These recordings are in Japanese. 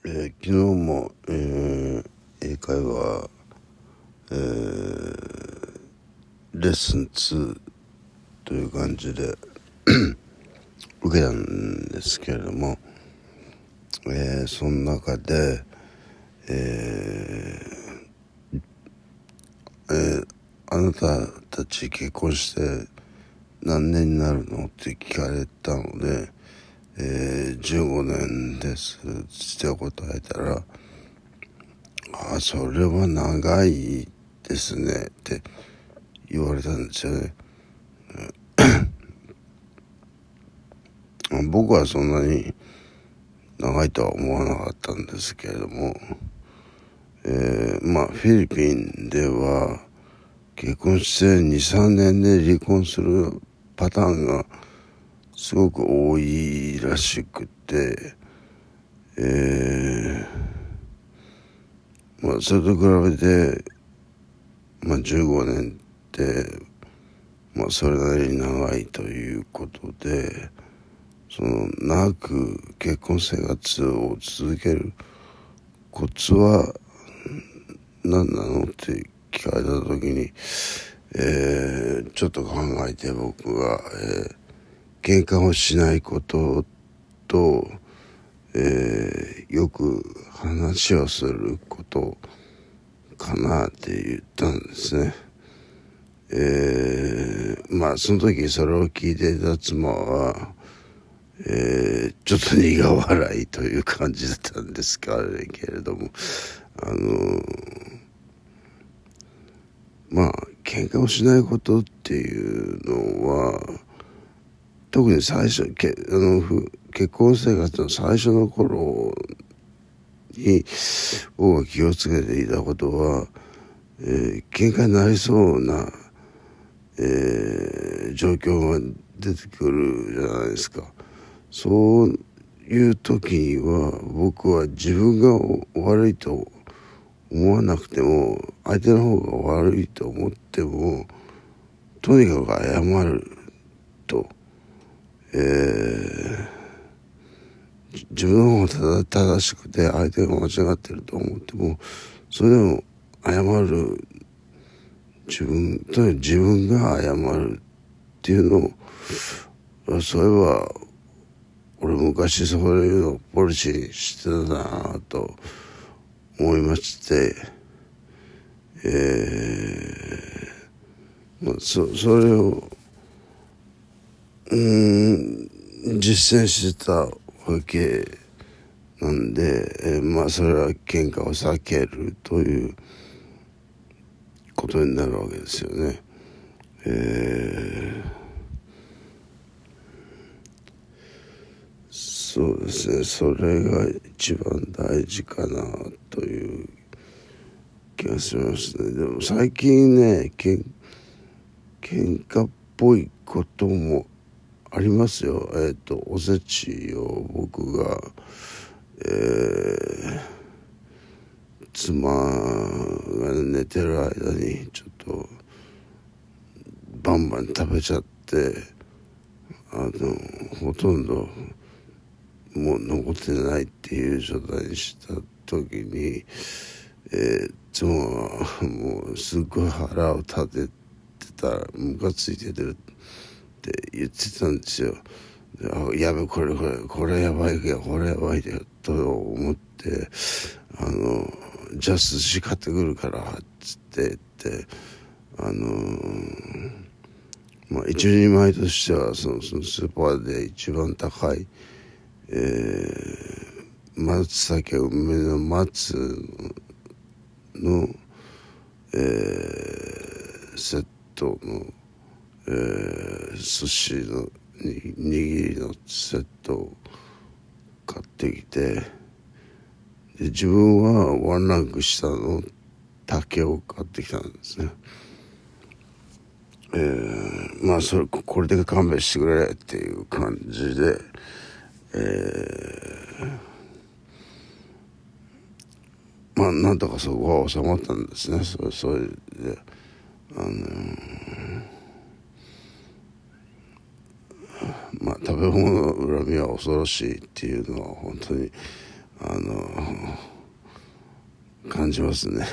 昨日も、英会話、レッスン2という感じで受けたんですけれども、その中で、あなたたち結婚して何年になるのって聞かれたので、15年ですって答えたら、それは長いですねって言われたんですよね。僕はそんなに長いとは思わなかったんですけれども、フィリピンでは結婚して2、3年で離婚するパターンがすごく多いらしくて、それと比べて、15年って、それなりに長いということで、その長く結婚生活を続けるコツは何なのって聞かれた時に、ちょっと考えて僕が、喧嘩をしないことと、よく話をすることかなって言ったんですね。その時それを聞いていた妻は、ちょっと苦笑いという感じだったんですけれども、喧嘩をしないことっていうのは、特に最初結婚生活の最初の頃に僕が気をつけていたことは、喧嘩になりそうな、状況が出てくるじゃないですか。そういう時には僕は自分が悪いと思わなくても、相手の方が悪いと思ってもとにかく謝ると、自分の方が正しくて相手が間違ってると思っても、それでも謝る、自分が謝るっていうのを、そういえば俺昔そういうのポリシーしてたなと思いまして、それを実践してたわけなんで、それは喧嘩を避けるということになるわけですよね。そうですね、それが一番大事かなという気がしますね。でも最近ね、喧嘩っぽいこともありますよ。おせちを僕が、妻が寝てる間にちょっとバンバン食べちゃって、ほとんどもう残ってないっていう状態にした時に、妻はもうすっごい腹を立ててたら、ムカついてるって言ってたんですよ。で、やべ、これやばいけど、これやばいよと思って、じゃあ寿司買ってくるからつって言って、一人前としてはそのスーパーで一番高い、松茸梅の松の、セットの、寿司の握りのセットを買ってきて、で自分はワンランク下の竹を買ってきたんですね。これで勘弁してくれっていう感じで、なんとかそこは収まったんですね。それで食べ物の恨みは恐ろしいっていうのは本当に感じますね。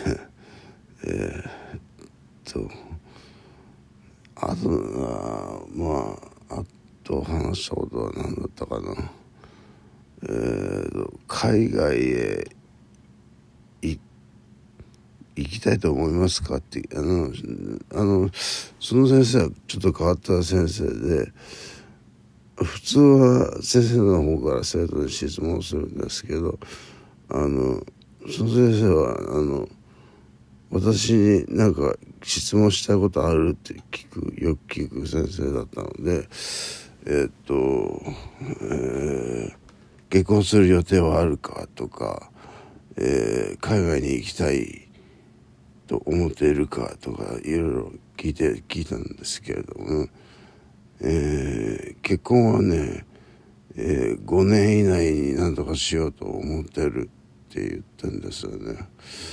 あとはあと話したことは何だったかな。海外へ行きたいと思いますかってその先生はちょっと変わった先生で、普通は先生の方から生徒に質問するんですけど、その先生は私に何か質問したいことあるってよく聞く先生だったので、結婚する予定はあるかとか、海外に行きたいと思っているかとかいろいろ聞いたんですけれども、結婚はね、5年以内に何とかしようと思ってるって言ったんですよね。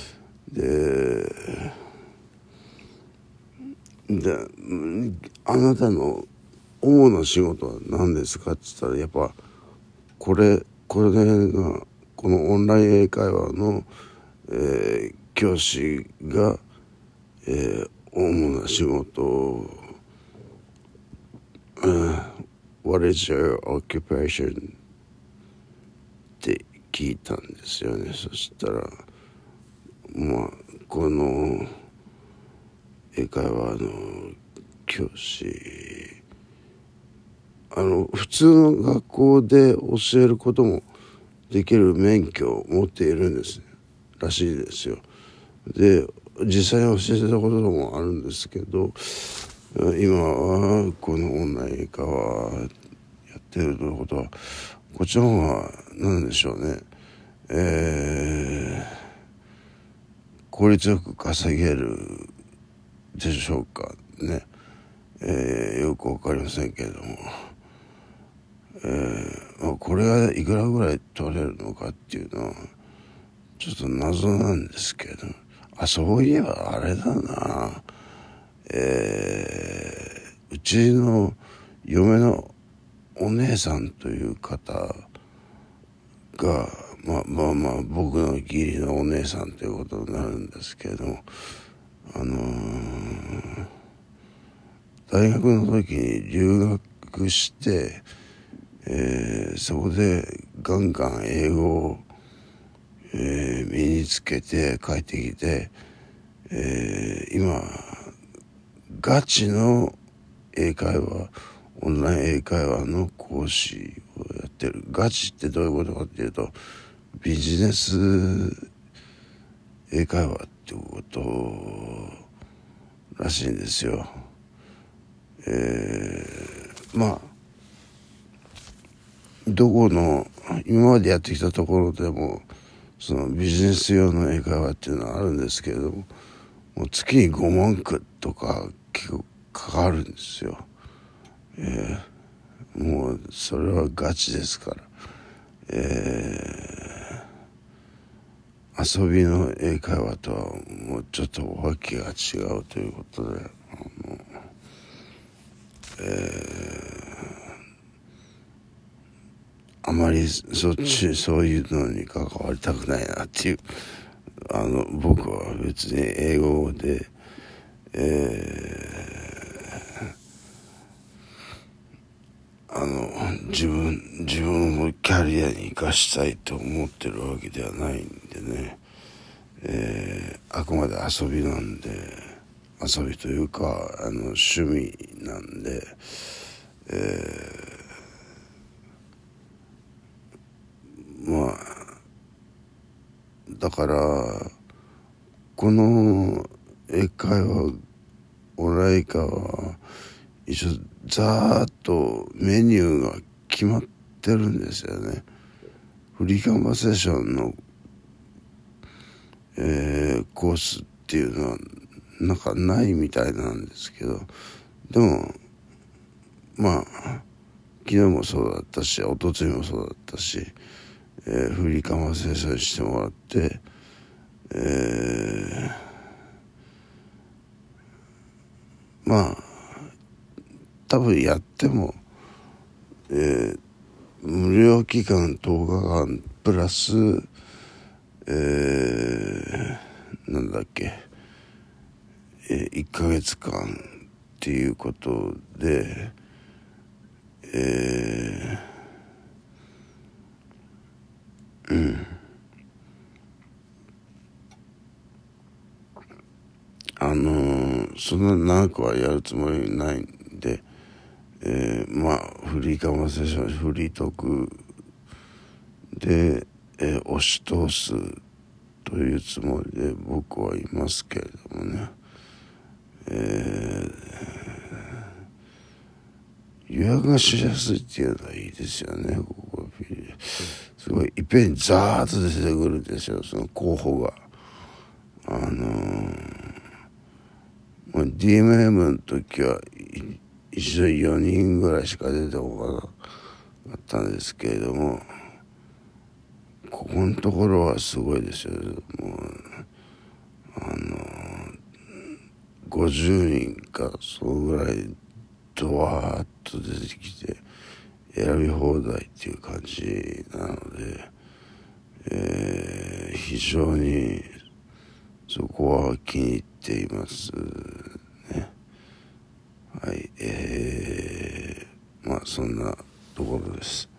であなたの主な仕事は何ですかって言ったら、やっぱこれがこのオンライン英会話の、教師が、主な仕事、What is your occupation? って聞いたんですよね。そしたらこの英会話の教師、普通の学校で教えることもできる免許を持っているんですらしいですよ。で実際に教えてたこともあるんですけど、今はこのオンライン英会話やってるということは、こっちの方が何でしょうね、効率よく稼げるでしょうかね。よくわかりませんけれども、これがいくらぐらい取れるのかっていうのはちょっと謎なんですけど、そういえばあれだな、うちの嫁のお姉さんという方が僕の義理のお姉さんということになるんですけれども、大学の時に留学して、そこでガンガン英語を、身につけて帰ってきて、今ガチの英会話、オンライン英会話の講師をやってる。ガチってどういうことかっていうと、ビジネス英会話っていうことらしいんですよ。どこの今までやってきたところでもそのビジネス用の英会話っていうのはあるんですけれども、もう月に5万句とか結構かかるんですよ。もうそれはガチですから、遊びの英会話とはもうちょっとわけが違うということで、あまりそういうのに関わりたくないなっていう、僕は別に英語で、自分をキャリアに生かしたいと思ってるわけではないんでね、あくまで遊びなんで、遊びというか趣味なんで、だからこの英会話、オンライン英会話は一応ざーっとメニューが決まってるんですよね。フリーカンバセーションの、コースっていうのはなんかないみたいなんですけど、でも昨日もそうだったし、一昨日もそうだったし、フリーカンバセーションしてもらって、多分やっても、無料期間10日間プラス、 なんだっけ、1ヶ月間っていうことで、そんな長くはやるつもりないんで、まあフリーカンバーセーション、フリートークで、押し通すというつもりで僕はいますけれどもね、予約がしやすいっていうのはいいですよね。ここすごいいっぺんにザーッと出てくるんですよ、その候補が。DMM の時は一度4人ぐらいしか出てこなかったんですけれども、ここのところはすごいですよ。もう50人かそのぐらいドワーッと出てきて選び放題っていう感じなので、非常にそこは気に入っていますね。はい、まあそんなところです。